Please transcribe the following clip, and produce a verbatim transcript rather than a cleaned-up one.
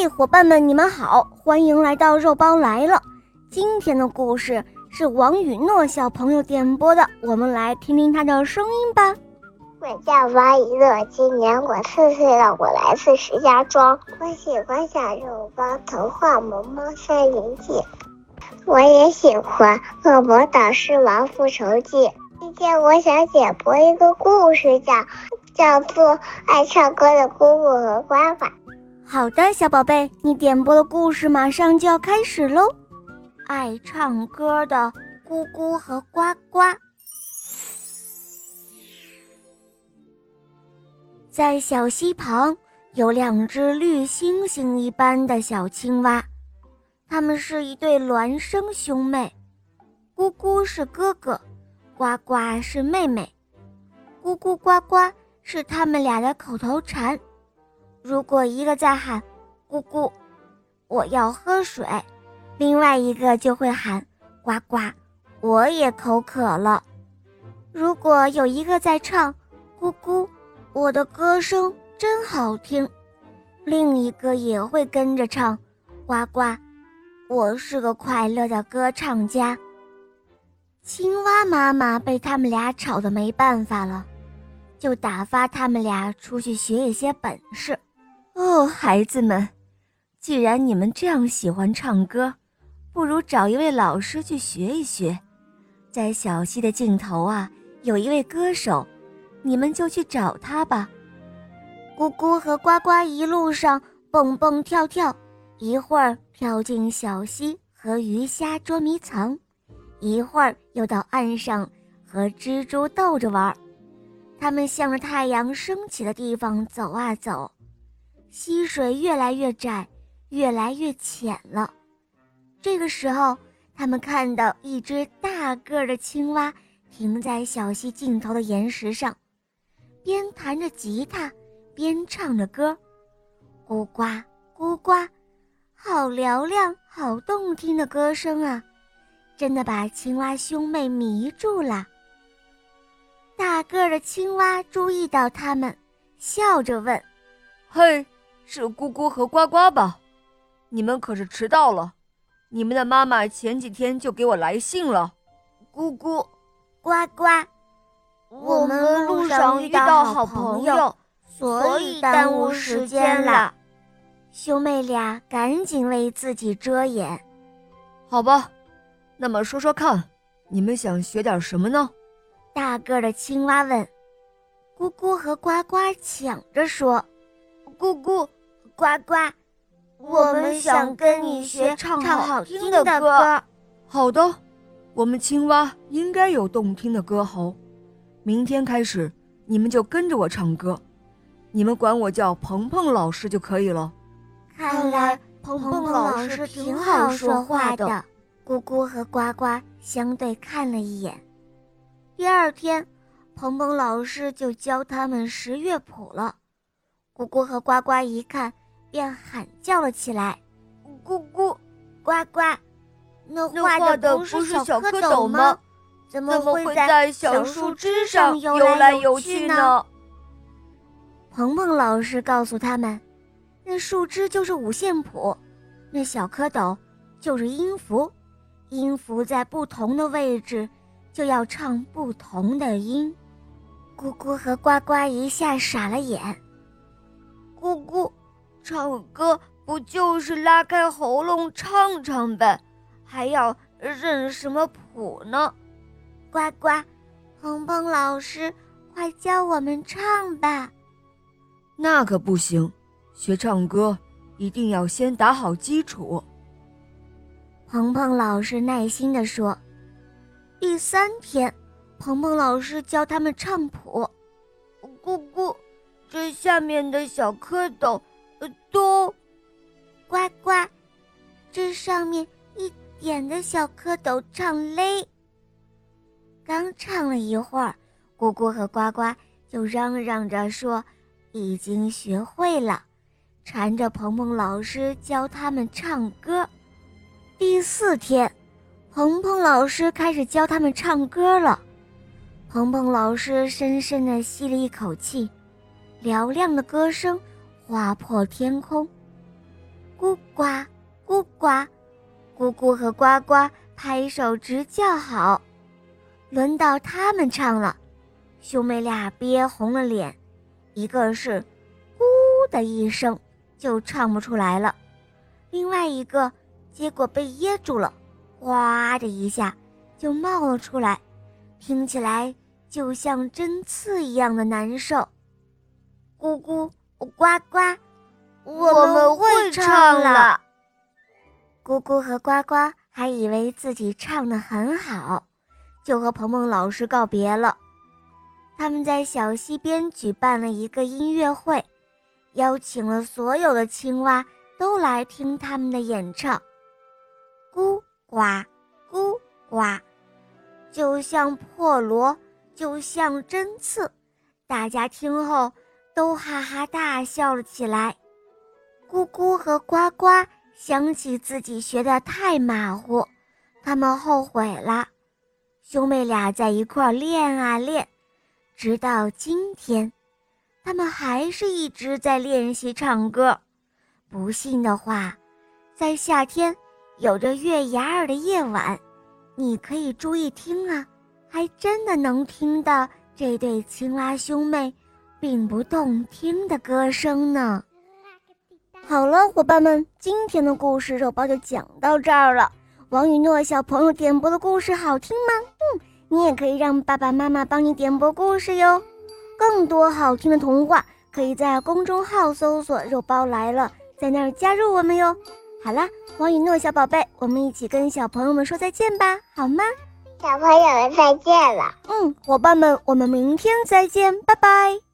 嘿，伙伴们，你们好，欢迎来到肉包来了。今天的故事是王雨诺小朋友点播的，我们来听听他的声音吧。 我叫王雨诺，今年我四岁了，我来自石家庄。我喜欢小肉包童话《萌猫森林记》，我也喜欢《恶魔导师王复仇记》。今天我想点播一个故事，叫叫做《爱唱歌的姑姑和呱呱》。 好的，小宝贝，你点播的故事马上就要开始喽。爱唱歌的姑姑和呱呱。在小溪旁有两只绿星星一般的小青蛙，它们是一对孪生兄妹，姑姑是哥哥，呱呱是妹妹。咕咕呱呱是他们俩的口头禅，如果一个在喊咕咕我要喝水，另外一个就会喊呱呱我也口渴了。如果有一个在唱咕咕我的歌声真好听，另一个也会跟着唱呱呱我是个快乐的歌唱家。青蛙妈妈被他们俩吵得没办法了，就打发他们俩出去学一些本事。哦，孩子们，既然你们这样喜欢唱歌，不如找一位老师去学一学。在小溪的尽头啊，有一位歌手，你们就去找他吧。咕咕和呱呱一路上蹦蹦跳跳，一会儿跳进小溪和鱼虾捉迷藏，一会儿又到岸上和蜘蛛斗着玩。他们向着太阳升起的地方走啊走，溪水越来越窄，越来越浅了。这个时候，他们看到一只大个的青蛙停在小溪尽头的岩石上，边弹着吉他边唱着歌，咕呱咕呱，好嘹亮好动听的歌声啊，真的把青蛙兄妹迷住了。大个的青蛙注意到他们，笑着问： 嘿，是咕咕和呱呱吧？你们可是迟到了，你们的妈妈前几天就给我来信了。 咕咕呱呱，我们路上遇到好朋友，所以耽误时间了。兄妹俩赶紧为自己遮掩。 好吧，那么说说看，你们想学点什么呢？ 大个的青蛙问。咕咕和呱呱抢着说：咕咕呱呱，我们想跟你学唱好听的歌。 好的，我们青蛙应该有动听的歌喉，明天开始你们就跟着我唱歌，你们管我叫鹏鹏老师就可以了。 看来鹏鹏老师挺好说话的。咕咕和呱呱相对看了一眼。第二天，鹏鹏老师就教他们识乐谱了。咕咕和呱呱一看，便喊叫了起来：咕咕呱呱，那画的不是小蝌蚪吗？怎么会在小树枝上游来游去呢？鹏鹏老师告诉他们，那树枝就是五线谱，那小蝌蚪就是音符，音符在不同的位置就要唱不同的音。咕咕和呱呱一下傻了眼。咕咕，唱歌不就是拉开喉咙唱唱呗，还要认什么谱呢？呱呱，鹏鹏老师，快教我们唱吧。 那可不行，学唱歌一定要先打好基础。 鹏鹏老师耐心地说。第三天，鹏鹏老师教他们唱谱。咕咕，这下面的小蝌蚪呃都。呱呱，这上面一点的小蝌蚪唱嘞。刚唱了一会儿，咕咕和呱呱就嚷嚷着说已经学会了，缠着鹏鹏老师教他们唱歌。第四天，鹏鹏老师开始教他们唱歌了。鹏鹏老师深深地吸了一口气，嘹亮的歌声划破天空。咕呱，咕呱，咕咕和呱呱拍手直叫好。轮到他们唱了，兄妹俩憋红了脸，一个是咕的一声就唱不出来了，另外一个结果被噎住了，呱的一下就冒了出来，听起来就像针刺一样的难受。咕咕，呱呱， 我们会唱了。 咕咕和呱呱还以为自己唱得很好，就和鹏鹏老师告别了。他们在小溪边举办了一个音乐会，邀请了所有的青蛙都来听他们的演唱。咕呱，咕呱，就像破锣，就像针刺，大家听后都哈哈大笑了起来。咕咕和呱呱想起自己学得太马虎，他们后悔了。兄妹俩在一块儿练啊练，直到今天，他们还是一直在练习唱歌。不信的话，在夏天有着月牙儿的夜晚，你可以注意听啊，还真的能听到这对青蛙兄妹并不动听的歌声呢。好了，伙伴们，今天的故事肉包就讲到这儿了。王雨诺小朋友点播的故事好听吗？嗯，你也可以让爸爸妈妈帮你点播故事哟。更多好听的童话可以在公众号搜索肉包来了，在那儿加入我们哟。好啦，王雨诺小宝贝，我们一起跟小朋友们说再见吧，好吗？ 小朋友们再见了。 嗯，伙伴们，我们明天再见，拜拜。